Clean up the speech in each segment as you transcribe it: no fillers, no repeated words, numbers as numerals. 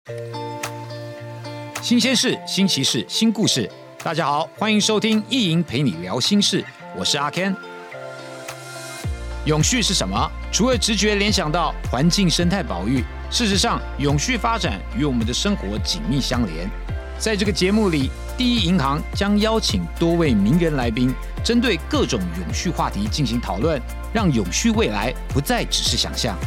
新鲜事、新奇事、新故事。大家好，欢迎收听意莹陪你聊心事，我是阿 Ken。永续是什么？除了直觉联想到环境生态保育，事实上，永续发展与我们的生活紧密相连。在这个节目里，第一银行将邀请多位名人来宾，针对各种永续话题进行讨论，让永续未来不再只是想象。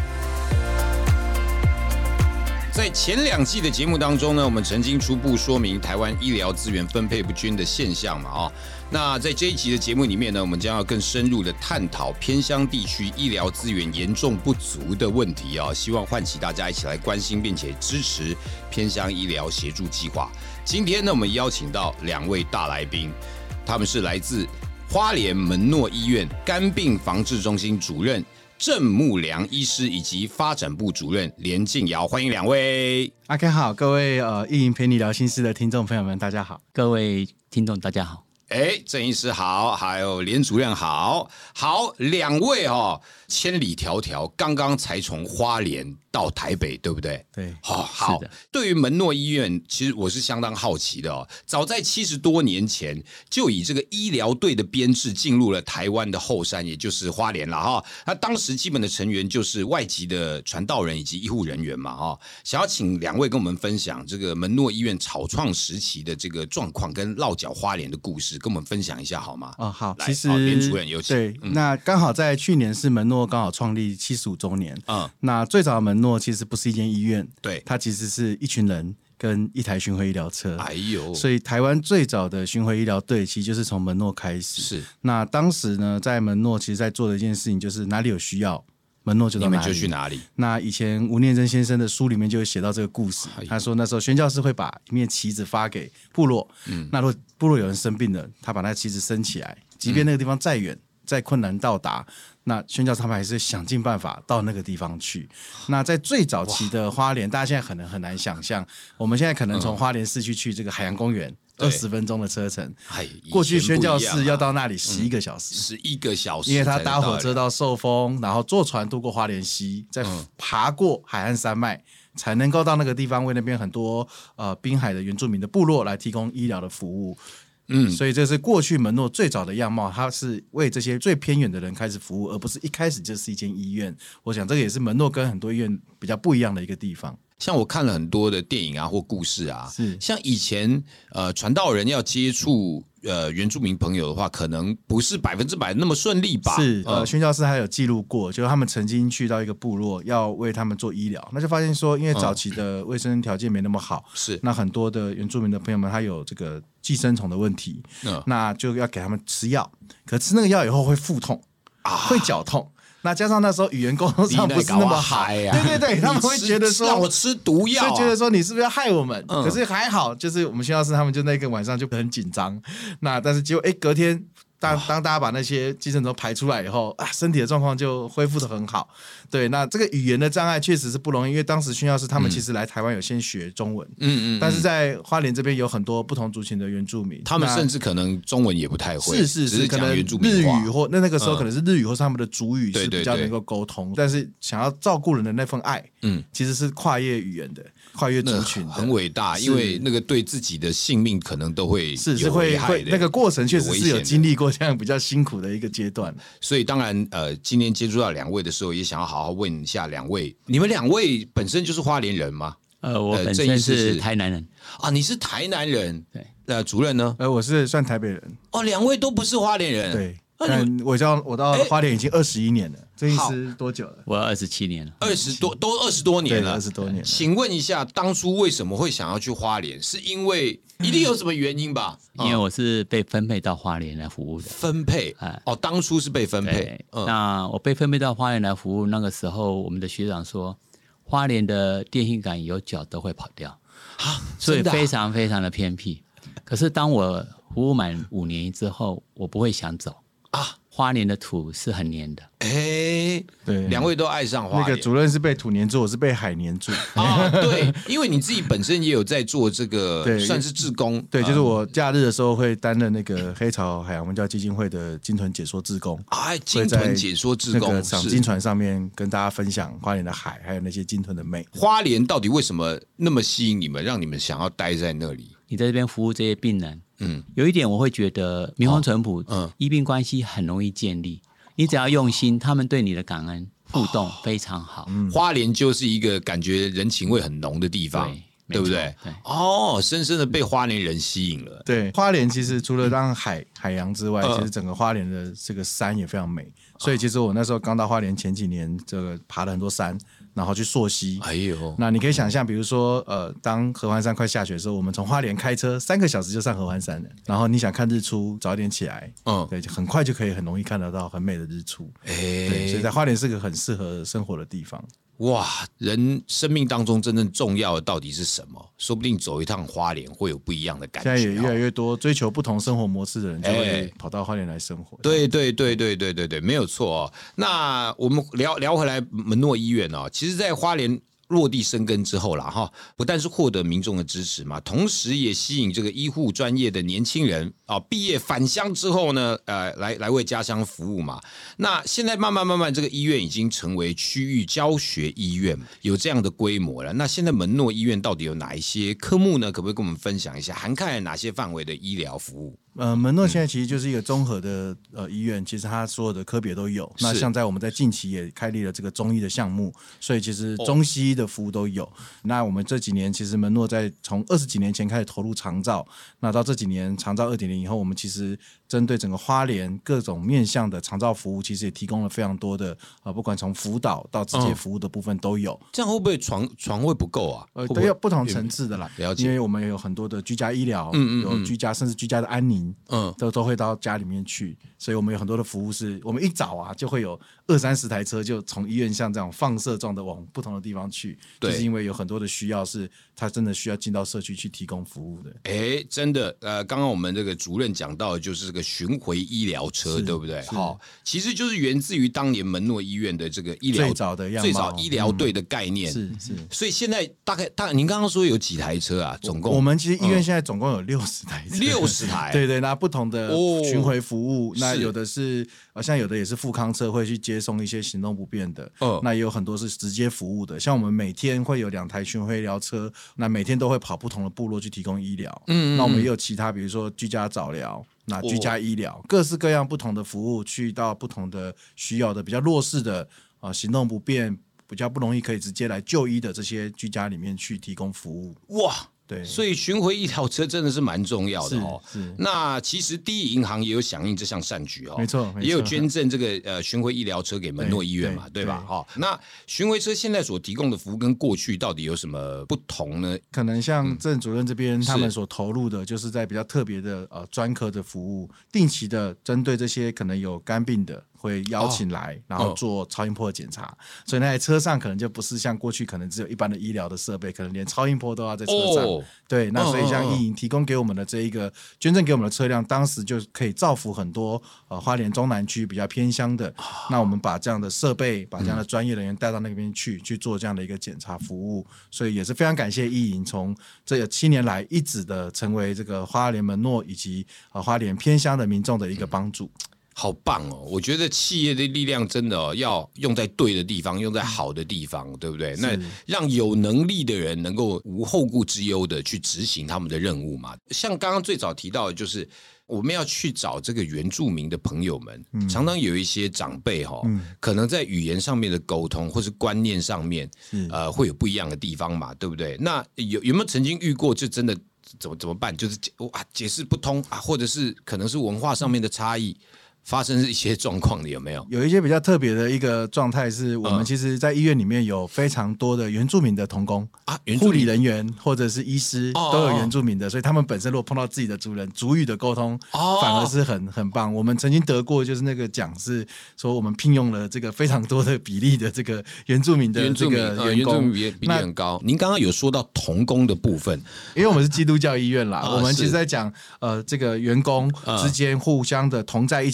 在前2季的节目当中呢，我们曾经初步说明台湾医疗资源分配不均的现象嘛，那在这一集的节目里面呢，我们将要更深入的探讨偏乡地区医疗资源严重不足的问题希望唤起大家一起来关心并且支持偏乡医疗协助计划。今天呢，我们邀请到2位大来宾，他们是来自花莲门诺医院肝病防治中心主任郑木良医师以及发展部主任连敬尧，欢迎2位。 阿 Ken 好，各位意莹陪你聊心事的听众朋友们，大家好。 各位听众大家好。 郑医师好，还有连主任好。好，2位千里迢迢刚刚才从花莲到台北，对不对？ 对， 好。对于门诺医院，其实我是相当好奇的早在70多年前，就以这个医疗队的编制进入了台湾的后山，也就是花莲了那当时基本的成员就是外籍的传道人以及医护人员嘛想要请2位跟我们分享这个门诺医院草创时期的这个状况跟落脚花莲的故事，跟我们分享一下好吗？ 好，其实连主任有请。 对，那刚好在去年是门诺刚好创立75周年。那最早的门诺其实不是一间医院， 对， 它其实是一群人跟一台巡回医疗车。所以台湾最早的巡回医疗队其实就是从门诺开始。 是， 那当时呢，在门诺其实在做的一件事情就是哪里有需要，门诺就到哪里， 你们就去哪里。 那以前吴念真先生的书里面就会写到这个故事，他说那时候宣教士会把一面旗子发给部落，那如果部落有人生病了，他把那旗子升起来，即便那个地方再远再困难到达，那宣教士他们还是想尽办法到那个地方去。那在最早期的花莲，大家现在可能很难想象，我们现在可能从花莲市区去这个海洋公园20分钟的车程，过去宣教士要到那里11个小时 ，11个小时， 因为他搭火车到寿丰，然后坐船渡过花莲溪，再爬过海岸山脉，才能够到那个地方为那边很多滨海的原住民的部落来提供医疗的服务。所以这是过去门诺最早的样貌，它是为这些最偏远的人开始服务，而不是一开始就是一间医院。我想这个也是门诺跟很多医院比较不一样的一个地方。 像我看了很多的电影或故事像以前传道人要接触原住民朋友的话，可能不是100%那么顺利吧？ 是宣教士还有记录过，就是他们曾经去到一个部落要为他们做医疗，那就发现说，因为早期的卫生条件没那么好， 是那很多的原住民的朋友们他有这个寄生虫的问题，那就要给他们吃药，可吃那个药以后会腹痛会绞痛。那加上那时候语言沟通上不是那么好，对，他们会觉得说让我吃毒药， 就觉得说你是不是要害我们？可是还好，就是我们宣教士他们就那个晚上就很紧张。那但是结果隔天当大家把那些寄生虫排出来以后身体的状况就恢复得很好。对，那这个语言的障碍确实是不容易，因为当时宣教士他们其实来台湾有先学中文，但是在花莲这边有很多不同族群的原住民， 他们甚至可能中文也不太会， 是只是讲原住民日语或那个时候可能是日语或是他们的族语是比较能够沟通，但是想要照顾人的那份爱，其实是跨越语言的，跨越族群的， 很伟大，因为那个对自己的性命可能都会有危害的， 那个过程确实是有经历过这样比较辛苦的一个阶段。 所以当然今天接触到2位的时候，也想要好好问一下2位，你们2位本身就是花莲人吗？ 我本身是台南人你是台南人， 对。 主任呢？ 我是算台北人。 2位都不是花莲人， 对。但我到花莲已经21年了，这意思多久了？ 我27年了 ，20多年了 ，20多年了。 请问一下，当初为什么会想要去花莲？是因为一定有什么原因吧？ 因为我是被分配到花莲来服务的。 分配当初是被分配。 那我被分配到花莲来服务，那个时候我们的学长说，花莲的电线杆有脚都会跑掉所以非常非常的偏僻。可是当我服务满5年之后，我不会想走花莲的土是很黏的。 对， 两位都爱上花莲。 那个主任是被土黏住，我是被海黏住。 对，因为你自己本身也有在做这个，算是志工。 对，就是我假日的时候会担任那个黑潮海洋文教基金会的鲸豚解说志工。 鲸豚解说志工， 赏鲸船上面跟大家分享花莲的海，还有那些鲸豚的美。 花莲到底为什么那么吸引你们，让你们想要待在那里？ 你在这边服务这些病人，有一点我会觉得民风淳朴，医病关系很容易建立。你只要用心，他们对你的感恩互动非常好。 花莲就是一个感觉人情味很浓的地方，对不对？对，深深的被花莲人吸引了。 对，花莲其实除了当海洋之外，其实整个花莲的这个山也非常美。所以其实我那时候刚到花莲前几年，这个爬了很多山，然后去溯溪。那你可以想象，比如说当合欢山快下雪的时候，我们从花莲开车3个小时就上合欢山了。然后你想看日出，早一点起来，对，很快就可以很容易看得到很美的日出。对，所以在花莲是个很适合生活的地方。 哇，人生命当中真正重要的到底是什么？说不定走一趟花莲会有不一样的感觉。 现在也越来越多追求不同生活模式的人就会跑到花莲来生活。 对，没有错。那我们聊回来门诺医院哦，其实在花莲落地生根之后啦，哈，不但是获得民众的支持嘛，同时也吸引这个医护专业的年轻人啊，毕业返乡之后呢，来为家乡服务嘛。那现在慢慢，这个医院已经成为区域教学医院，有这样的规模了。那现在门诺医院到底有哪一些科目呢？可不可以跟我们分享一下，涵盖哪些范围的医疗服务？ 门诺现在其实就是一个综合的医院，其实它所有的科别都有。那像我们在近期也开立了这个中医的项目，所以其实中西医的服务都有。那我们这几年其实门诺在从20几年前开始投入长照，那到这几年长照2.0以后，我们其实针对整个花莲各种面向的长照服务，其实也提供了非常多的不管从辅导到直接服务的部分都有。 这样会不会床位不够啊？ 都有不同层次的啦。 了解， 因为我们有很多的居家医疗，有居家甚至居家的安宁。都会到家里面去，所以我们有很多的服务是，我们一早啊就会有20-30台车就从医院像这样放射状的往不同的地方去，就是因为有很多的需要是他真的需要进到社区去提供服务的。 真的，刚刚我们这个主任讲到的就是这个巡回医疗车，对不对？其实就是源自于当年门诺医院的这个医疗最早医疗队的概念。 是， 所以现在大概您刚刚说有几台车啊？总共我们其实医院现在总共有60台车 ，60台， 对，那不同的巡回服务，那有的是像有的也是复康车会去接送一些行动不便的，那也有很多是直接服务的。像我们每天会有2台巡回医疗车，那每天都会跑不同的部落去提供医疗。那我们也有其他，比如说居家早疗。那居家医疗，各式各样不同的服务，去到不同的需要的比较弱势的行动不便、比较不容易可以直接来就医的这些居家里面去提供服务。 哇！ 对， 所以巡回医疗车真的是蛮重要的哦。那其实第一银行也有响应这项善举哦， 没错， 也有捐赠这个巡回医疗车给门诺医院嘛，对吧？那巡回车现在所提供的服务跟过去到底有什么不同呢？ 可能像郑主任这边他们所投入的，就是在比较特别的专科的服务，定期的针对这些可能有肝病的。会邀请来，然后做超音波检查，所以那台车上可能就不是像过去可能只有一般的医疗的设备，可能连超音波都要在车上。对，那所以像医营提供给我们的这一个捐赠给我们的车辆，当时就可以造福很多花莲中南区比较偏乡的。那我们把这样的设备，把这样的专业人员带到那边去做这样的一个检查服务，所以也是非常感谢医营从这7年来一直的成为这个花莲门诺以及花莲偏乡的民众的一个帮助。 好棒哦！我觉得企业的力量真的要用在对的地方，用在好的地方，对不对？那让有能力的人能够无后顾之忧的去执行他们的任务嘛。像刚刚最早提到的，就是我们要去找这个原住民的朋友们，常常有一些长辈可能在语言上面的沟通或是观念上面，会有不一样的地方嘛，对不对？那有没有曾经遇过就真的怎么办？就是解释不通啊，或者是可能是文化上面的差异。发生一些状况的有没有？ 有一些比较特别的一个状态是，我们其实在医院里面有非常多的原住民的同工护理人员或者是医师都有原住民的，所以他们本身如果碰到自己的族人，族语的沟通反而是很棒。我们曾经得过就是那个奖是说我们聘用了这个非常多的比例的这个原住民的这个员工， 比例很高。您刚刚有说到同工的部分， 因为我们是基督教医院啦，我们其实在讲这个员工之间互相的同在一起。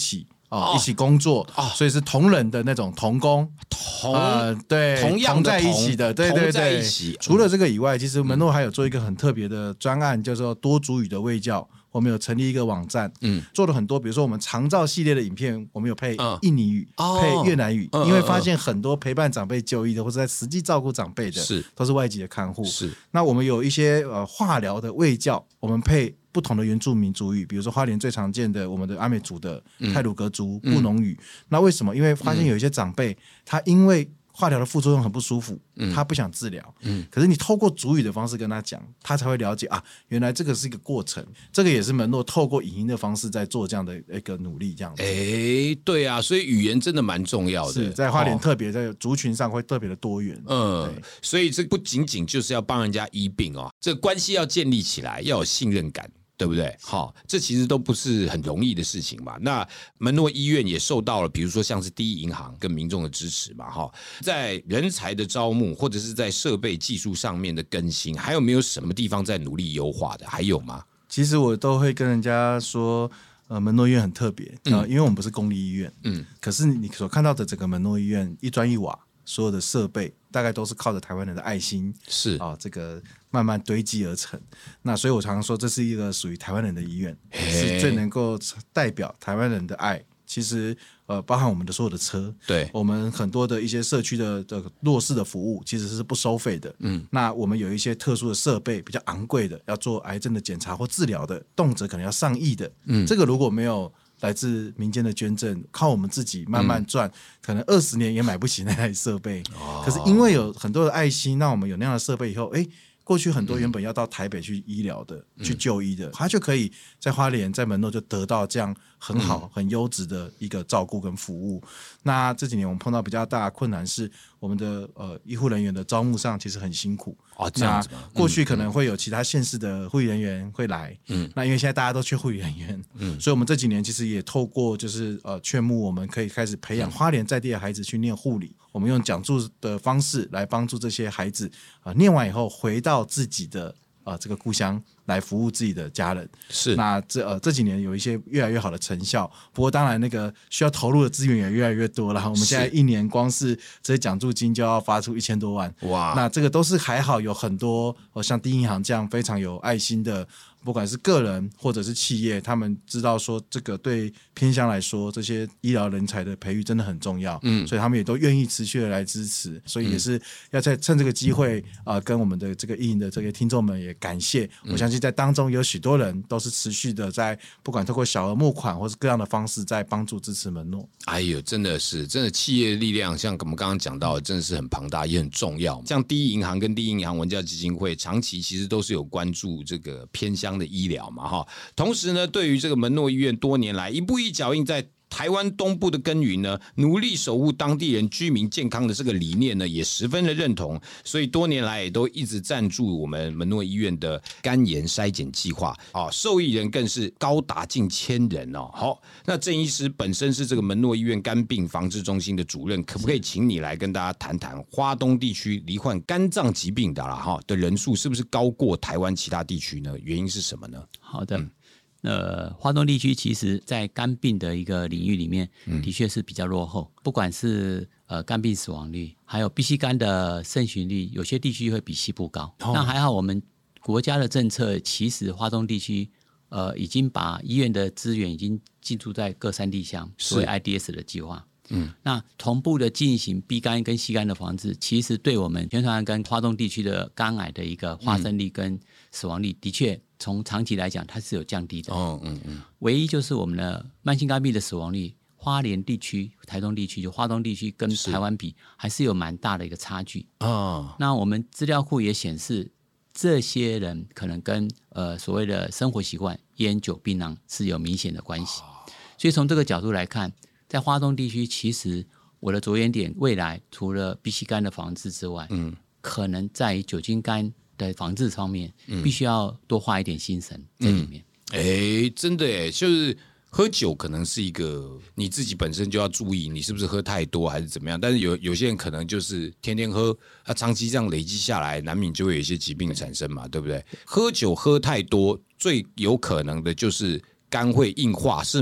一起工作，所以是同仁的那种同工，对， 同样的在一起的，对对同在对一起。 除了这个以外，其实门诺还有做一个很特别的专案，叫做多族语的卫教。我们有成立一个网站，做了很多，比如说我们长照系列的影片，我们有配印尼语、配越南语，因为发现很多陪伴长辈就医的，或者在实际照顾长辈的，都是外籍的看护。是，那我们有一些化疗的卫教，我们配不同的原住民族语，比如说花莲最常见的我们的阿美族的太鲁阁族布农语。那为什么？因为发现有一些长辈，他因为化疗的副作用很不舒服，他不想治疗，可是你透过族语的方式跟他讲，他才会了解啊，原来这个是一个过程，这个也是门诺透过影音的方式在做这样的一个努力，这样子。 对啊，所以语言真的蛮重要的， 是在花莲特别在族群上会特别的多元， 所以这不仅仅就是要帮人家医病哦，这个关系要建立起来，要有信任感。对不对？好，这其实都不是很容易的事情嘛。那门诺医院也受到了，比如说像是第一银行跟民众的支持嘛。哈，在人才的招募或者是在设备技术上面的更新，还有没有什么地方在努力优化的？还有吗？ 其实我都会跟人家说，门诺医院很特别，因为我们不是公立医院，可是你所看到的整个门诺医院一砖一瓦，所有的设备大概都是靠着台湾人的爱心，这个慢慢堆积而成。那所以我常常说，这是一个属于台湾人的医院，是最能够代表台湾人的爱。其实包含我们的所有的车，对，我们很多的一些社区的弱势的服务其实是不收费的。那我们有一些特殊的设备比较昂贵的，要做癌症的检查或治疗的，动辄可能要上亿的。这个如果没有来自民间的捐赠，靠我们自己慢慢赚，可能20年也买不起那台设备。可是因为有很多的爱心，让我们有那样的设备以后，过去很多原本要到台北去医疗的、去就医的，他就可以在花莲、在门诺就得到这样很好、很优质的一个照顾跟服务。那这几年我们碰到比较大的困难是，我们的医护人员的招募上其实很辛苦。这样子吗？过去可能会有其他县市的护理人员会来，那因为现在大家都缺护理人员，所以我们这几年其实也透过就是劝募，我们可以开始培养花莲在地的孩子去念护理。我们用讲座的方式来帮助这些孩子念完以后回到自己的这个故乡来服务自己的家人。是，那这几年有一些越来越好的成效，不过当然那个需要投入的资源也越来越多了。我们现在一年光是这些奖助金就要发出1000多万，哇！那这个都是还好有很多像第一银行这样非常有爱心的。不管是个人或者是企业，他们知道说这个对偏乡来说，这些医疗人才的培育真的很重要，所以他们也都愿意持续的来支持，所以也是要趁这个机会跟我们的这个意营的这个听众们也感谢。我相信在当中有许多人都是持续的在不管透过小额募款或是各样的方式在帮助支持门诺。 哎呦，真的企业力量，像我们刚刚讲到的，真的是很庞大也很重要。像第一银行跟第一银行文教基金会长期其实都是有关注这个偏乡的医疗嘛，哈。同时呢，对于这个门诺医院多年来一步一脚印在台湾东部的耕耘呢，努力守护当地人居民健康的这个理念呢，也十分的认同，所以多年来也都一直赞助我们门诺医院的肝炎筛检计划受益人更是高达近1000人哦。好，那郑医师本身是这个门诺医院肝病防治中心的主任，可不可以请你来跟大家谈谈花东地区罹患肝脏疾病的人数是不是高过台湾其他地区呢？原因是什么呢？ 好的。花东地区其实在肝病的一个领域里面，的确是比较落后。不管是肝病死亡率，还有B C肝的盛行率，有些地区会比西部高。那还好，我们国家的政策其实花东地区已经把医院的资源已经进驻在各3地乡，所谓 IDS 的计划。那同步的进行 B 肝跟 C 肝的防治，其实对我们全台湾跟花东地区的肝癌的一个发生率跟死亡率，的确从长期来讲它是有降低的。唯一就是我们的慢性肝病的死亡率，花莲地区、台东地区就花东地区跟台湾比，还是有蛮大的一个差距。那我们资料库也显示，这些人可能跟所谓的生活习惯、烟酒槟榔是有明显的关系。所以从这个角度来看，在花东地区，其实我的着眼点未来除了 B C 肝的防治之外，可能在于酒精肝的防治方面，必须要多花一点心神在里面。 真的耶，就是喝酒可能是一个你自己本身就要注意，你是不是喝太多还是怎么样。但是有些人可能就是天天喝，长期这样累积下来，难免就会有一些疾病产生嘛，对不对？喝酒喝太多，最有可能的就是肝会硬化，是吗？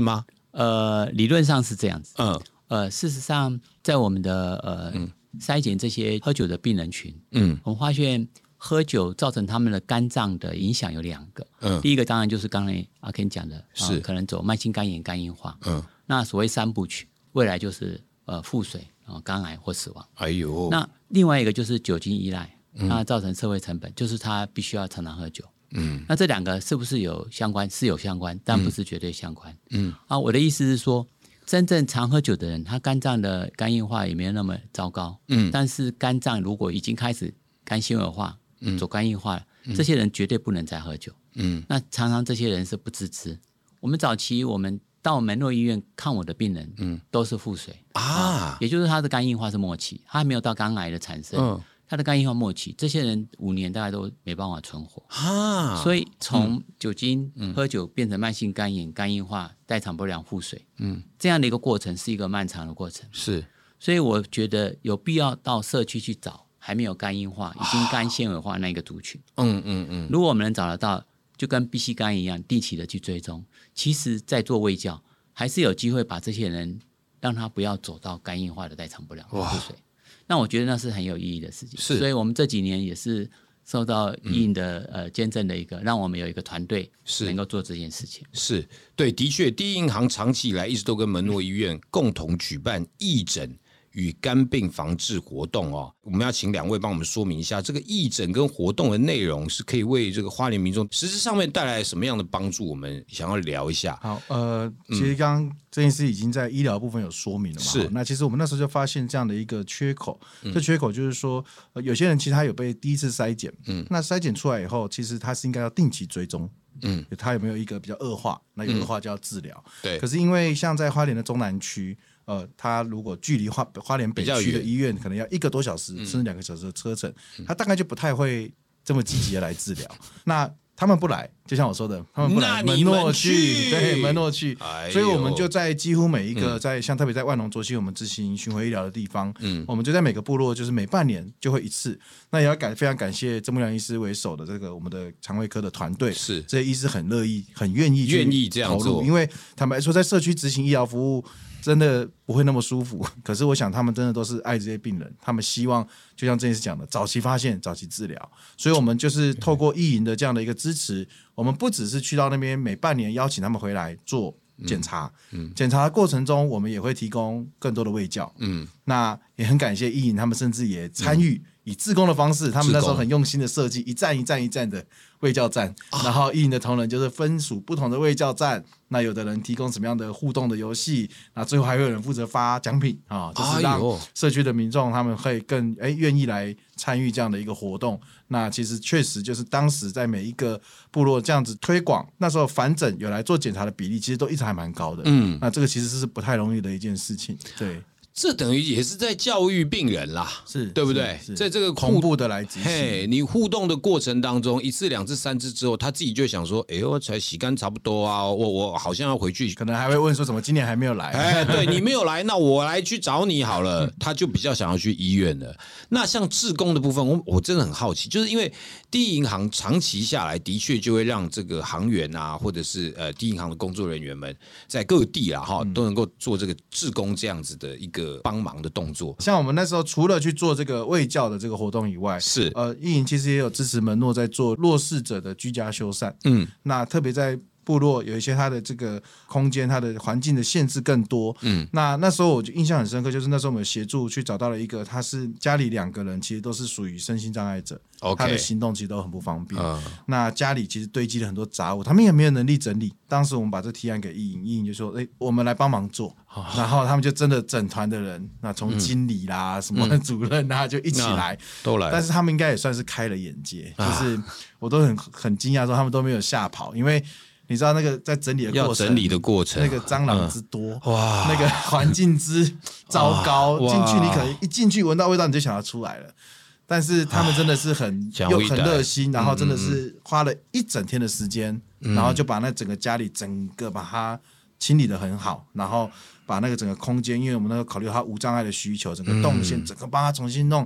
理论上是这样子。事实上，在我们的筛检这些喝酒的病人群，我们发现喝酒造成他们的肝脏的影响有2个。第一个当然就是刚才阿 Ken 讲的，可能走慢性肝炎、肝硬化。那所谓3部曲，未来就是腹水、肝癌或死亡。 哎呦， 那另外一个就是酒精依赖，它造成社会成本，就是他必须要常常喝酒。那这2个是不是有相关？是有相关，但不是绝对相关。我的意思是说，真正常喝酒的人，他肝脏的肝硬化也没有那么糟糕。但是肝脏如果已经开始肝纤维化、走肝硬化了，这些人绝对不能再喝酒。那常常这些人是不自知。我们早期我们到门诺医院看我的病人，都是腹水也就是他的肝硬化是末期，他还没有到肝癌的产生。他的肝硬化末期，这些人5年大概都没办法存活所以从酒精喝酒变成慢性肝炎、肝硬化、代偿不良、腹水，这样的一个过程是一个漫长的过程。 是， 所以我觉得有必要到社区去找还没有肝硬化、已经肝纤维化那个族群。如果我们能找得到，就跟 B 型肝一样，定期的去追踪，其实在做卫教，还是有机会把这些人让他不要走到肝硬化的代偿不良、腹水。那我觉得那是很有意义的事情，所以我们这几年也是受到医院的监证的一个，让我们有一个团队能够做这件事情。 是对，的确，第一银行长期以来一直都跟门诺医院共同举办义诊与肝病防治活动我们要请2位帮我们说明一下，这个义诊跟活动的内容是可以为这个花莲民众实质上面带来什么样的帮助？我们想要聊一下。 好，其实刚刚这件事已经在医疗部分有说明了嘛。 是， 那其实我们那时候就发现这样的一个缺口，这缺口就是说，有些人其实他有被第一次筛检，那筛检出来以后，其实他是应该要定期追踪。他有没有一个比较恶化？那有恶化就要治疗。 对。 可是因为像在花莲的中南区，他如果距离花莲北区的医院可能要1个多小时，甚至2个小时的车程，他大概就不太会这么积极的来治疗。那他们不来，就像我说的，他们不来，门诺去，对，门诺去，所以我们就在几乎每一个像特别在万隆卓溪我们执行巡回医疗的地方，我们就在每个部落就是每半年就会1次。那也要非常感谢郑木良医师为首的这个我们的肠胃科的团队， 是这些医师很乐意、很愿意这样做， 因为坦白说，在社区执行医疗服务真的不会那么舒服，可是我想他们真的都是爱这些病人，他们希望就像这件事讲的，早期发现、早期治疗，所以我们就是透过义营的这样的一个支持，我们不只是去到那边每半年邀请他们回来做检查，检查的过程中我们也会提供更多的卫教，那也很感谢义营，他们甚至也参与以志工的方式，他们那时候很用心的设计一站一站一站的卫教站，然后义营的同仁就是分属不同的卫教站，那有的人提供什么样的互动的游戏，那最后还会有人负责发奖品就是让社区的民众他们会更愿意来参与这样的一个活动。那其实确实就是当时在每一个部落这样子推广，那时候返诊有来做检查的比例其实都一直还蛮高的，那这个其实是不太容易的一件事情，对。 这等于也是在教育病人啦， 是对不对？在这个同步的来执行， 你互动的过程当中，1次、2次、3次之后，他自己就想说：“哎呦，才洗干差不多啊，我好像要回去。” 可能还会问说：“怎么今年还没有来？” 对你没有来，那我来去找你好了。他就比较想要去医院了。那像志工的部分，我真的很好奇，就是因为第一银行长期下来，的确就会让这个行员啊，或者是第一银行的工作人员们，在各地啦都能够做这个志工这样子的一个帮忙的动作。 像我们那时候除了去做这个卫教的这个活动以外， 是义营其实也有支持门诺在做弱势者的居家修缮。那特别在部落有一些它的这个空间，它的环境的限制更多。那时候我就印象很深刻，就是那时候我们协助去找到了一个，他是家里2个人，其实都是属于身心障碍者，他的行动其实都很不方便。那家里其实堆积了很多杂物，他们也没有能力整理。当时我们把这提案给义营，义营就说：“我们来帮忙做。”然后他们就真的整团的人，那从经理啦、什么主任啊，就一起来， 都来。 但是他们应该也算是开了眼界，就是我都很惊讶说他们都没有吓跑，因为你知道那个在整理的过程， 要整理的过程， 那个蟑螂之多，哇，那个环境之糟糕，进去你可能一进去闻到味道你就想要出来了。但是他们真的是很热心，然后真的是花了一整天的时间，然后就把那整个家里整个把它清理得很好，然后把那个整个空间，因为我们那个考虑它无障碍的需求，整个动线整个帮它重新弄，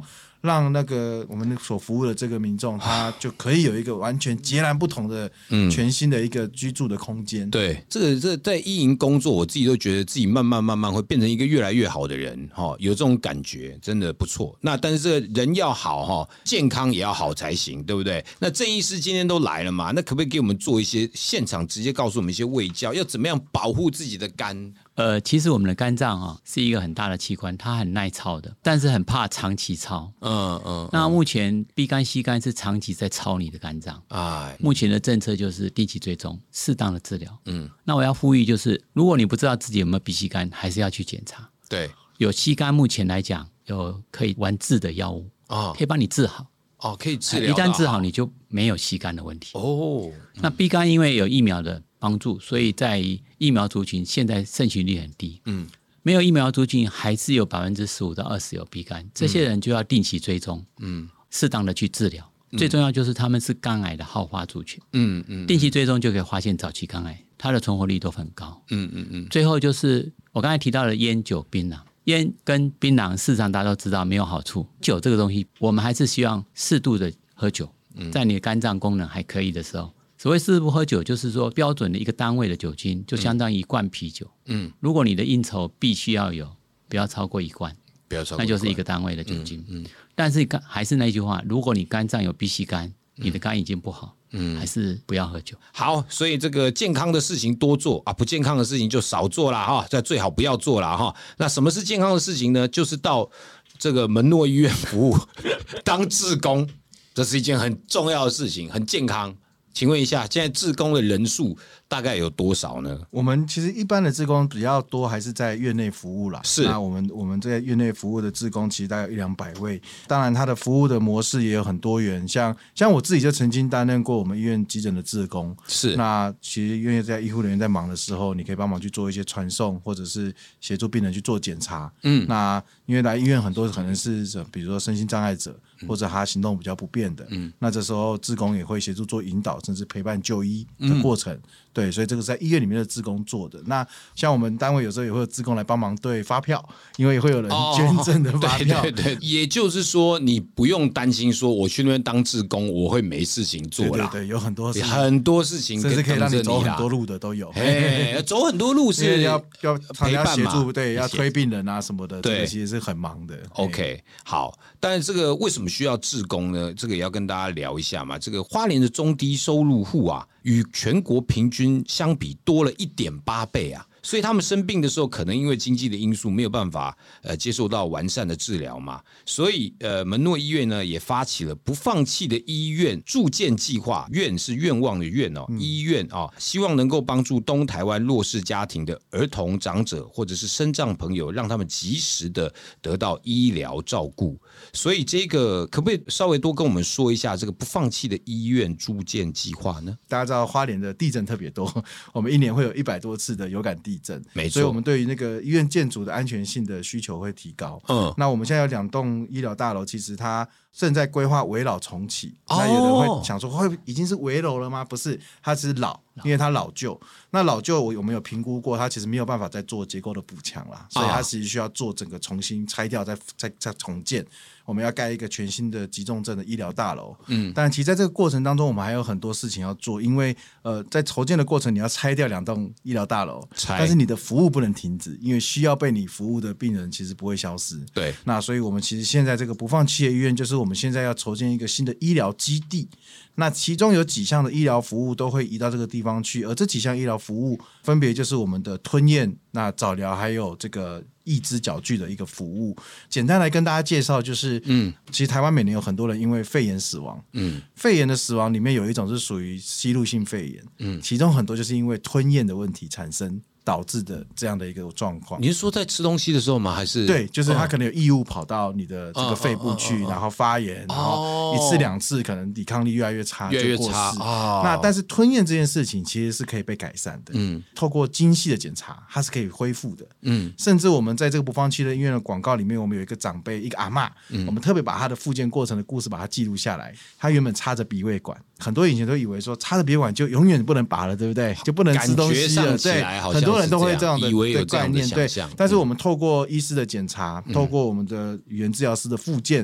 让那个我们所服务的这个民众，他就可以有一个完全截然不同的全新的一个居住的空间。 对，这在医营工作，我自己都觉得自己慢慢会变成一个越来越好的人，有这种感觉，真的不错。那但是这个人要好，健康也要好才行，对不对？那郑医师今天都来了嘛，那可不可以给我们做一些现场直接告诉我们一些卫教，要怎么样保护自己的肝？ 其实我们的肝脏是一个很大的器官，它很耐操的，但是很怕长期操。那目前 B 肝、C 肝是长期在操你的肝脏。目前的政策就是定期追踪，适当的治疗。那我要呼吁就是，如果你不知道自己有没有 B、C 肝，还是要去检查。 对， 有 C 肝，目前来讲有可以完治的药物，可以帮你治好。 可以治疗。 一旦治好，你就没有 C 肝的问题。那 B 肝因为有疫苗的帮助，所以在疫苗族群现在盛行率很低。没有疫苗族群还是有15%到20%有 B 肝，这些人就要定期追踪，适当的去治疗。最重要就是他们是肝癌的好发族群，定期追踪就可以发现早期肝癌，它的存活率都很高。最后就是我刚才提到的烟酒槟榔。烟跟槟榔事实上大家都知道没有好处，酒这个东西我们还是希望适度的喝酒，在你的肝脏功能还可以的时候。所谓适度喝酒就是说标准的一个单位的酒精就相当于1罐啤酒。如果你的应酬必须要有，不要超过1罐，那就是一个单位的酒精。但是还是那句话，如果你肝脏有 B、C 肝，你的肝已经不好，还是不要喝酒。 好，所以这个健康的事情多做啊，不健康的事情就少做啦哈，这最好不要做啦哈。那什么是健康的事情呢？就是到这个门诺医院服务当志工，这是一件很重要的事情，很健康。请问一下，现在志工的人数大概有多少呢？ 我们其实一般的志工比较多，还是在院内服务啦。 是， 那我们在院内服务的志工其实大概100-200位。当然，他的服务的模式也有很多元，像我自己就曾经担任过我们医院急诊的志工。 是， 那其实因为在医护人员在忙的时候，你可以帮忙去做一些传送，或者是协助病人去做检查。那因为来医院很多可能是比如说身心障碍者，或者他行动比较不便的，那这时候志工也会协助做引导，甚至陪伴就医的过程。对，所以这个是在医院里面的志工做的。那像我们单位有时候也会有志工来帮忙对发票，因为也会有人捐赠的发票。 对，也就是说你不用担心说我去那边当志工我会没事情做啦。 对，有很多事情， 甚至可以让你走很多路的都有。 走很多路是要陪伴协助，对，要推病人啊什么的，这个其实是很忙的。 OK， 好，但是这个为什么需要志工呢？这个也要跟大家聊一下嘛。这个花莲的中低收入户啊，与全国平均相比多了1.8倍啊。所以他们生病的时候，可能因为经济的因素没有办法接受到完善的治疗嘛，所以门诺医院呢也发起了不放弃的医院助建计划，愿是愿望的愿哦，医院啊，希望能够帮助东台湾弱势家庭的儿童、长者或者是身障朋友，让他们及时的得到医疗照顾。所以这个可不可以稍微多跟我们说一下这个不放弃的医院助建计划呢？ 大家知道花莲的地震特别多，我们一年会有100多次的有感地震， 没错， 所以我们对于那个医院建筑的安全性的需求会提高。那我们现在有2栋医疗大楼，其实它正在规划危老重启。那有人会想说，会已经是危楼了吗？不是，它只是老，因为它老旧。那老旧我们有评估过，它其实没有办法再做结构的补强啦，所以它其实需要做整个重新拆掉，再重建。我们要盖一个全新的急重症的医疗大楼。但其实在这个过程当中，我们还有很多事情要做，因为在筹建的过程，你要拆掉2栋医疗大楼，但是你的服务不能停止，因为需要被你服务的病人其实不会消失。 对， 那所以我们其实现在这个不放弃的医院，就是我们现在要筹建一个新的医疗基地。那其中有几项的医疗服务都会移到这个地方去，而这几项医疗服务分别就是我们的吞咽、那早疗还有这个义肢矫具的一个服务。简单来跟大家介绍，就是其实台湾每年有很多人因为肺炎死亡。肺炎的死亡里面有一种是属于吸入性肺炎，其中很多就是因为吞咽的问题产生导致的这样的一个状况。 你是说在吃东西的时候吗？还是对，就是它可能有异物跑到你的这个肺部去，然后发炎，然后1次2次可能抵抗力越来越差， 越来越差。 那但是吞咽这件事情其实是可以被改善的。透过精细的检查，它是可以恢复的。甚至我们在这个不放弃的医院的广告里面，我们有一个长辈，一个阿嬷，我们特别把他的复健过程的故事把它记录下来。他原本插着鼻胃管，很多以前都以为说插着鼻胃管就永远不能拔了，对不对？就不能吃东西了。对，很多人都会这样的概念。对，但是我们透过医师的检查，透过我们的语言治疗师的复健，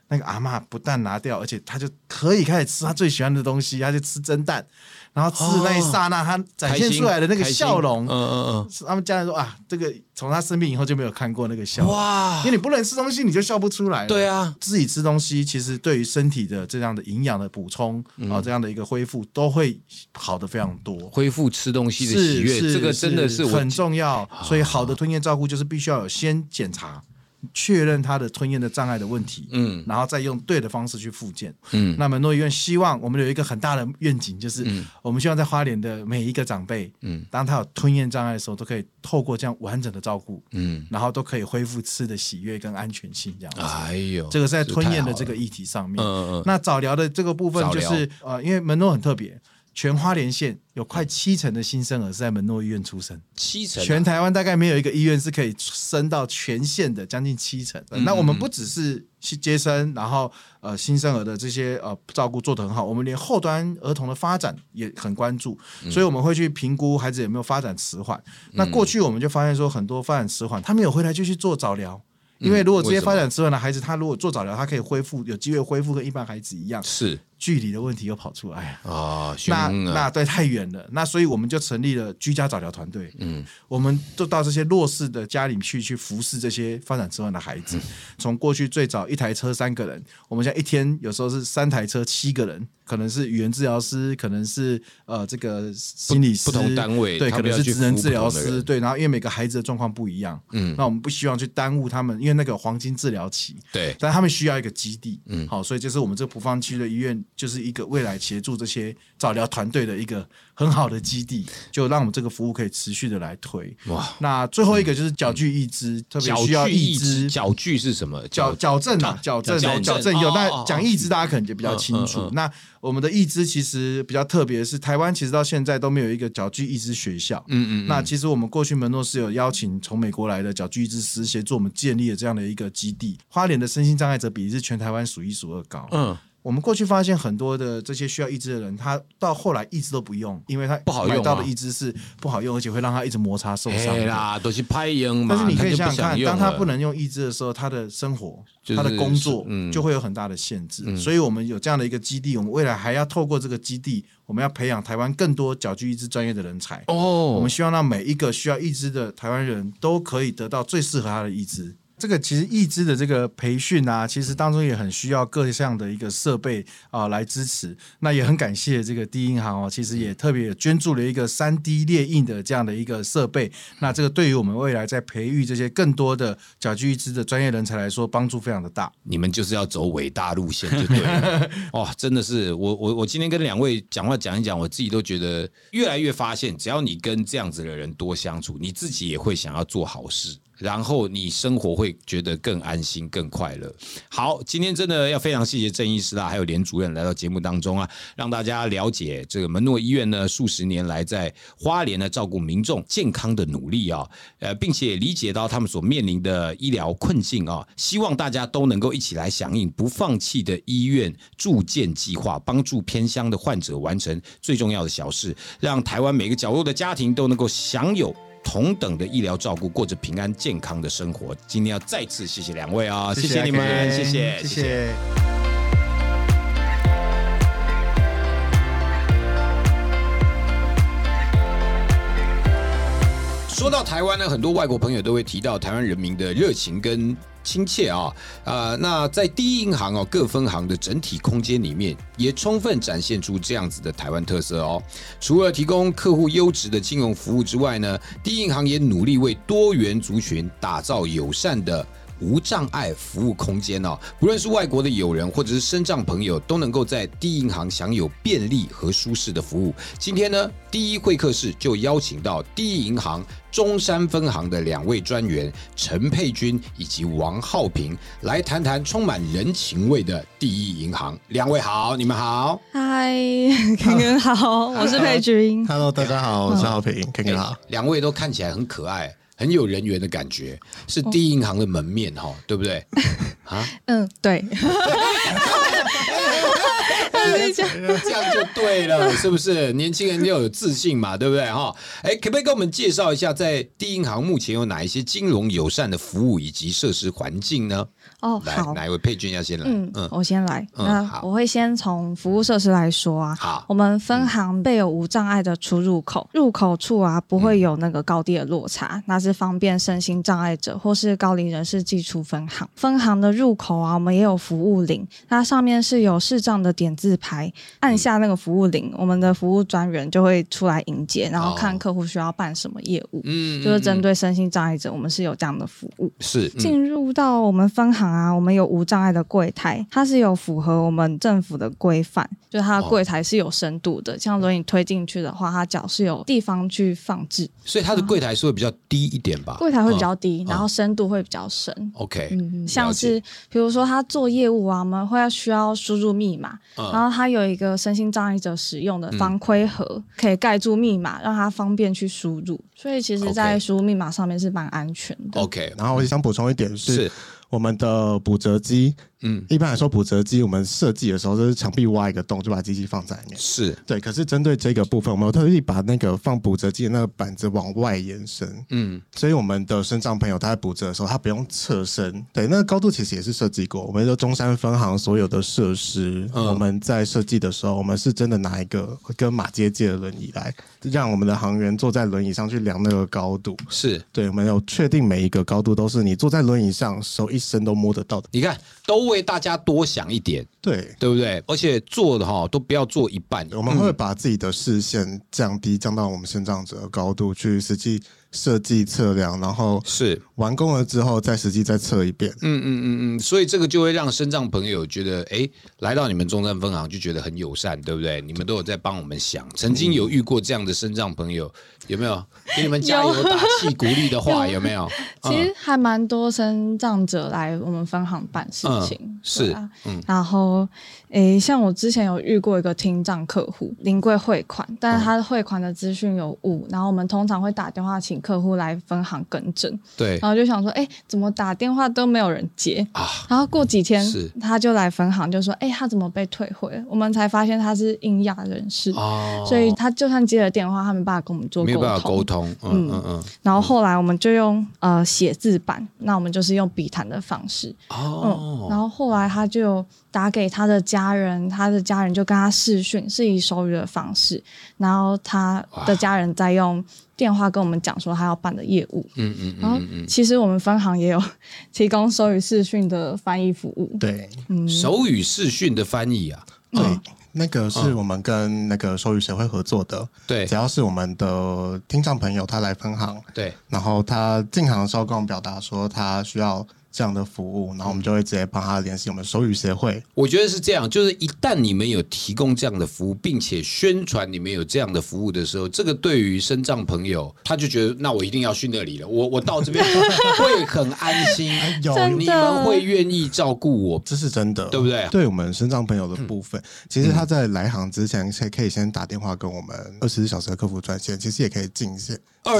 那个阿嬷不但拿掉，而且他就可以开始吃他最喜欢的东西，他就吃蒸蛋，然后吃的那一刹那，他展现出来的那个笑容，他们家人说啊，这个从他生病以后就没有看过那个笑容，哇！因为你不能吃东西，你就笑不出来了。 对啊， 自己吃东西其实对于身体的这样的营养的补充这样的一个恢复都会好的非常多。 恢复吃东西的喜悦，这个真的是很重要。所以好的吞咽照顾就是必须要有先检查。确认他的吞咽的障碍的问题，然后再用对的方式去复健。那门诺医院希望我们有一个很大的愿景，就是我们希望在花莲的每一个长辈，当他有吞咽障碍的时候，都可以透过这样完整的照顾，然后都可以恢复吃的喜悦跟安全性这样子。 哎呦， 这个是在吞咽的这个议题上面。那早疗的这个部分就是因为门诺很特别。全花莲县有快70%的新生儿是在门诺医院出生，70%，全台湾大概没有一个医院是可以生到全县的将近70%。那我们不只是接生，然后新生儿的这些照顾做得很好，我们连后端儿童的发展也很关注，所以我们会去评估孩子有没有发展迟缓。那过去我们就发现说，很多发展迟缓，他们有回来就去做早疗。因为如果这些发展迟缓的孩子，他如果做早疗，他可以恢复，有机会恢复跟一般孩子一样。是。距离的问题又跑出来那对太远了，那所以我们就成立了居家早疗团队。我们就到这些弱势的家里去服侍这些发展迟缓的孩子。从过去最早一台车3个人，我们现在一天有时候是3台车7个人，可能是语言治疗师，可能是这个心理师， 不同单位， 对，可能是职能治疗师，对，然后因为每个孩子的状况不一样，那我们不希望去耽误他们，因为那个黄金治疗期，对，但他们需要一个基地，好，所以这是我们这个埔方区的医院。就是一个未来协助这些早疗团队的一个很好的基地，就让我们这个服务可以持续的来推。哇！那最后一个就是矫具义肢，特别需要义肢。矫具是什么？矫正啊，矫正有。那讲义肢大家可能就比较清楚。那我们的义肢其实比较特别，是台湾其实到现在都没有一个矫具义肢学校。那其实我们过去门诺是有邀请从美国来的矫具义肢师协助我们建立了这样的一个基地。花莲的身心障碍者比例是全台湾数1数2高。我们过去发现很多的这些需要义肢的人，他到后来义肢都不用，因为他不好用，买到的义肢是不好用，而且会让他一直摩擦受伤啦，都是拍用嘛。但是你可以想想看，当他不能用义肢的时候，他的生活、他的工作就会有很大的限制。所以我们有这样的一个基地，我们未来还要透过这个基地，我们要培养台湾更多矫具义肢专业的人才。我们希望让每一个需要义肢的台湾人都可以得到最适合他的义肢。这个其实义肢的这个培训啊，其实当中也很需要各项的一个设备来支持。那也很感谢这个第一银行其实也特别捐助了一个3D 列印的这样的一个设备。那这个对于我们未来在培育这些更多的矫具义肢的专业人才来说，帮助非常的大。你们就是要走伟大路线就对了。哇，真的是我今天跟2位讲话讲一讲，我自己都觉得越来越发现，只要你跟这样子的人多相处，你自己也会想要做好事。然后你生活会觉得更安心、更快乐。好，今天真的要非常谢谢郑医师啦，还有连主任来到节目当中啊，让大家了解这个门诺医院呢数十年来在花莲呢照顾民众健康的努力啊，并且也理解到他们所面临的医疗困境啊，希望大家都能够一起来响应不放弃的医院助健计划，帮助偏乡的患者完成最重要的小事，让台湾每个角落的家庭都能够享有同等的医疗照顾，过着平安健康的生活。今天要再次谢谢2位啊，谢谢你们，谢谢。说到台湾呢，很多外国朋友都会提到台湾人民的热情跟亲切啊，那在第一银行各分行的整体空间里面，也充分展现出这样子的台湾特色哦。除了提供客户优质的金融服务之外呢，第一银行也努力为多元族群打造友善的无障碍服务空间哦，不论是外国的友人或者是身障朋友，都能够在第一银行享有便利和舒适的服务。今天呢，第一会客室就邀请到第一银行中山分行的2位专员陈佩君以及王浩平，来谈谈充满人情味的第一银行。2位好，你们好。 嗨，Ken好，我是佩君。 Hello， 大家好，我是浩平，Ken好。 2位都看起来很可爱。很有人缘的感觉，是第一银行的门面对不对？ 对。 这样就对了，是不是？年轻人要有自信嘛，对不对哈？可不可以跟我们介绍一下，在第一银行目前有哪一些金融友善的服务以及设施环境呢？来， 好， 哪一位佩君要先来？ 我先来。 好我会先从服务设施来说啊。 好， 我们分行备有无障碍的出入口，入口处啊不会有那个高低的落差，那是方便身心障碍者或是高龄人士进出分行。分行的入口啊，我们也有服务铃，它上面是有视障的点字牌，按下那个服务铃，我们的服务专员就会出来迎接，然后看客户需要办什么业务。就是针对身心障碍者，我们是有这样的服务。 是进入到我们分行啊，我们有无障碍的柜台，它是有符合我们政府的规范，就是它的柜台是有深度的，像轮椅推进去的话，它脚是有地方去放置， 所以它的柜台是会比较低一点吧？ 柜台会比较低，然后深度会比较深。 OK， 像是比如说他做业务啊，我们会需要输入密码，然后它有一个身心障碍者使用的方盔盒，可以盖住密码，让他方便去输入。所以其实在输入密码上面是蛮安全的。 OK， 然后我想补充一点是我们的补折机，一般来说补折机我们设计的时候就是墙壁挖一个洞就把机器放在里面， 是对。可是针对这个部分，我们有特地把那个放补折机的那个板子往外延伸，所以我们的身障朋友他在补折的时候，他不用侧身，对，那个高度其实也是设计过。我们的中山分行所有的设施，我们在设计的时候，我们是真的拿一个跟马街借的轮椅来，让我们的行员坐在轮椅上去量那个高度， 是对，我们有确定每一个高度都是你坐在轮椅上手一伸都摸得到的。 你看，都为大家多想一点， 对， 对不对？而且做的都不要做一半， 我们会把自己的视线降到我们身障者的高度去实际设计测量，然后是完工了之后再实际再测一遍。 所以这个就会让身障朋友觉得，来到你们中山分行就觉得很友善，对不对？你们都有在帮我们想。曾经有遇过这样的身障朋友，有没有给你们加油打气鼓励的话？有没有？ 其实还蛮多身障者来我们分行办事情， 是然后像我之前有遇过一个听障客户临柜汇款，但是他的汇款的资讯有误，然后我们通常会打电话请客户来分行更正， 对， 然后就想说，怎么打电话都没有人接然后过几天他就来分行就说，他怎么被退汇了？我们才发现他是聋哑人士，所以他就算接了电话，他没办法跟我们做沟通， 没办法沟通， 然后后来我们就用写字板，那我们就是用笔谈的方式，然后后来他就打给他的家人，他的家人就跟他视讯，是以手语的方式，然后他的家人再用电话跟我们讲说他要办的业务，然后其实我们分行也有提供手语视讯的翻译服务， 对， 手语视讯的翻译啊， 对。那个是我们跟那个手语协会合作的， 对， 只要是我们的听障朋友他来分行， 对， 然后他进行的时候跟我们表达说他需要这样的服务，然后我们就会直接帮他联系我们手语协会。 我觉得是这样，就是一旦你们有提供这样的服务，并且宣传你们有这样的服务的时候，这个对于身障朋友，他就觉得那我一定要去那里了，我到这边会很安心，你们会愿意照顾我， 这是真的， 对不对？ 对我们身障朋友的部分，其实他在来行之前可以先打电话跟我们24小时的客服专线，其实也可以进线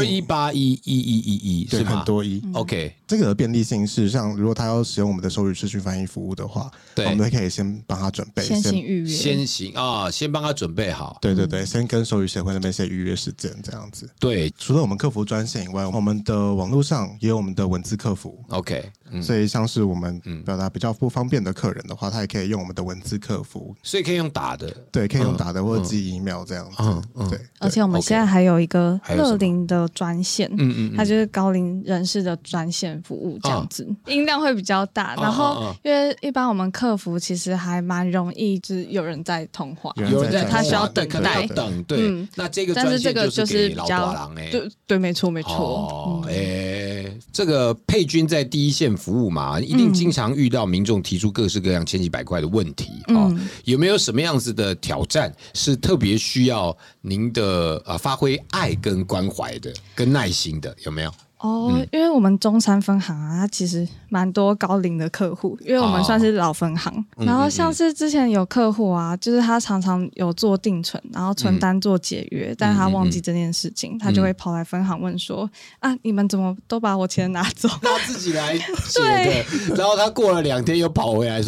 21811111是吗？ 很多 OK， 这个的便利性是像如果他要使用我们的手语视讯翻译服务的话，我们可以先帮他准备， 先行预约， 先帮他准备好。 对对对，先跟手语协会那边先预约时间这样子。 对， 除了我们客服专线以外，我们的网络上也有我们的文字客服。 OK， 所以像是我们表达比较不方便的客人的话，他也可以用我们的文字客服。 所以可以用打的， 对，可以用打的或者寄 email 这样子。对， 而且我们现在还有一个乐龄的专线，它就是高龄人士的专线服务这样子，音量会比较大。然后因为一般我们客服其实还蛮容易，就是有人在通话， 有人在他需要等待， 对，那这个专线就是给老大郎对，没错。 这个佩君在第一线服务嘛，一定经常遇到民众提出各式各样千奇百怪的问题有没有什么样子的挑战是特别需要您的发挥爱跟关怀的，跟耐心的，有没有？ 因为我们中山分行它其实蛮多高龄的客户，因为我们算是老分行。然后像是之前有客户就是他常常有做定存，然后存单做解约，但他忘记这件事情，他就会跑来分行问说你们怎么都把我钱拿走？ 他自己来解的，然后他过了2天又跑回来说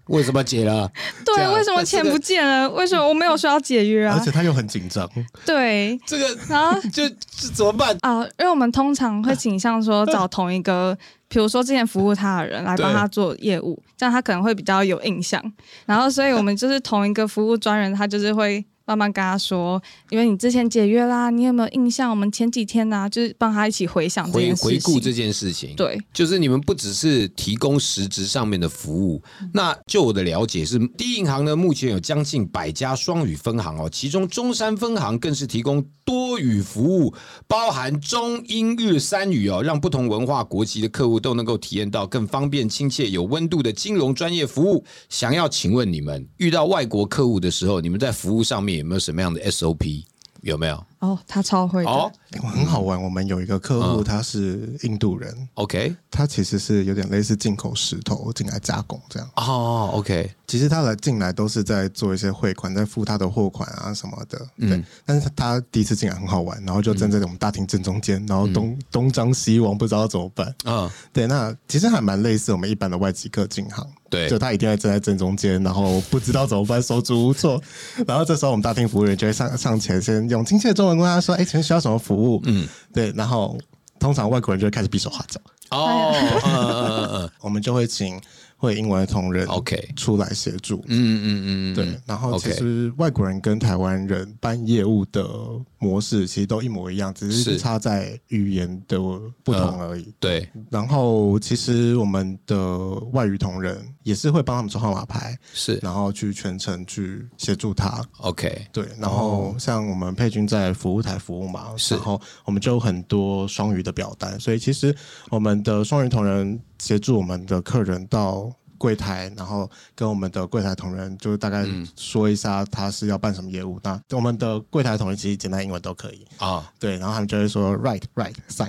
为什么解了？ 对，为什么钱不见了？为什么我没有说要解约啊？ 而且他又很紧张。 对， 这个然后就怎么办啊？因为我们通常会倾向说找同一个，比如说之前服务他的人来帮他做业务，这样他可能会比较有印象。然后，所以我们就是同一个服务专人，他就是会慢慢跟他说，因为你之前解约啦，你有没有印象？我们前几天啊，就是帮他一起回想这件事情， 回顾这件事情。 对， 就是你们不只是提供实质上面的服务，那就我的了解是，第一银行呢目前有将近100家双语分行哦，其中中山分行更是提供多语服务，包含中英日3语哦，让不同文化国籍的客户都能够体验到更方便、亲切、有温度的金融专业服务。想要请问你们，遇到外国客户的时候，你们在服务上面有没有什么样的 SOP？ 有没有？ 哦，他超会的。 哦， 很好玩。我们有一个客户，他是印度人。 OK， 他其实是有点类似进口石头进来加工这样。 哦 ，OK， 其实他进来都是在做一些汇款，在付他的货款啊什么的。对，但是他第一次进来很好玩，然后就站在我们大厅正中间，然后东张西望，不知道怎么办。对，那其实还蛮类似我们一般的外籍客进行。 对， 就他一定会站在正中间，然后不知道怎么办，手足无措。然后这时候我们大厅服务员就会上前，先用亲切的中文跟他说：“哎，请问需要什么服务？”对，然后通常外国人就会开始比手画脚。我们就会请会英文的同仁 OK 出来协助。对，然后其实外国人跟台湾人办业务的模式其实都一模一样，只是差在语言的不同而已。 对， 然后其实我们的外语同仁也是会帮他们抽号码牌， 是， 然后去全程去协助他。 OK， 对，然后像我们佩君在服务台服务嘛，然后我们就有很多双语的表单，所以其实我们的双语同仁协助我们的客人到柜台，然后跟我们的柜台同仁就大概说一下他是要办什么业务。那我们的柜台同仁其实简单英文都可以啊，对，然后他们就会说 right sign。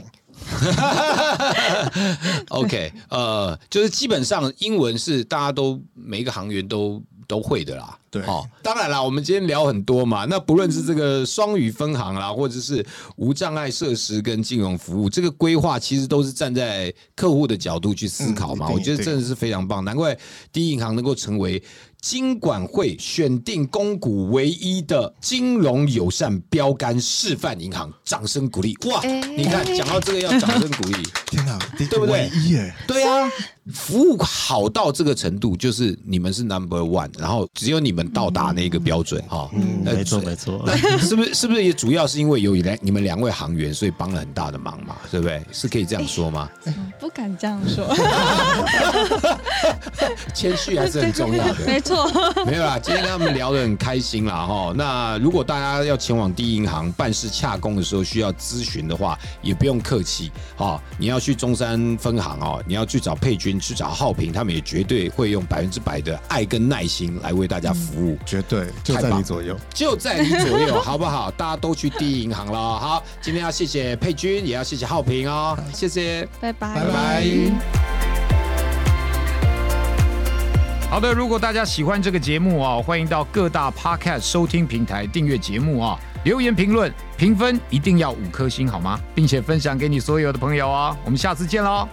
OK， 就是基本上英文是大家都每一个行员都会的啦。 对， 当然啦，我们今天聊很多嘛，那不论是这个双语分行啦，或者是无障碍设施跟金融服务，这个规划其实都是站在客户的角度去思考嘛。我觉得真的是非常棒，难怪第一银行能够成为金管会选定公股唯一的金融友善标杆示范银行，掌声鼓励！哇，你看讲到这个要掌声鼓励， 天哪， 对不对？ 唯一耶， 对啊，服务好到这个程度，就是你们是 No.1， 然后只有你们到达那个标准哈。 没错没错， 是不是也主要是因为有你们2位行员，所以帮了很大的忙嘛？对不对？是可以这样说吗？ 不敢这样说， 谦虚还是很重要的。 没错， 没有啦，今天跟他们聊得很开心啦哈。那如果大家要前往第一银行办事洽公的时候需要咨询的话，也不用客气哦。你要去中山分行哦，你要去找佩君，去找浩平，他们也绝对会用100%的爱跟耐心来为大家服务， 绝对就在你左右， 就在你左右，好不好？大家都去第一银行了。好，今天要谢谢佩君，也要谢谢浩平哦，谢谢， 拜拜， 拜拜。好的，如果大家喜欢这个节目啊，欢迎到各大 Podcast 收听平台订阅节目啊，留言评论评分一定要5颗星好吗？并且分享给你所有的朋友啊，我们下次见喽。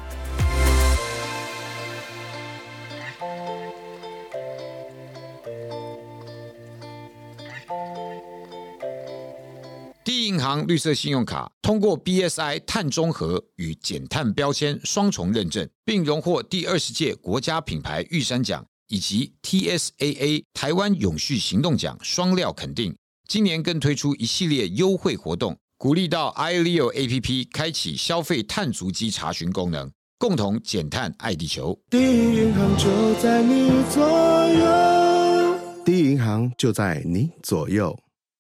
第一银行绿色信用卡通过 BSI 碳中和与减碳标签双重认证，并荣获第20届国家品牌玉山奖以及 TSAA 台湾永续行动奖双料肯定。今年更推出一系列优惠活动，鼓励到 iLeo APP 开启消费碳足迹查询功能，共同减碳爱地球。 第一银行就在你左右，第一银行就在你左右。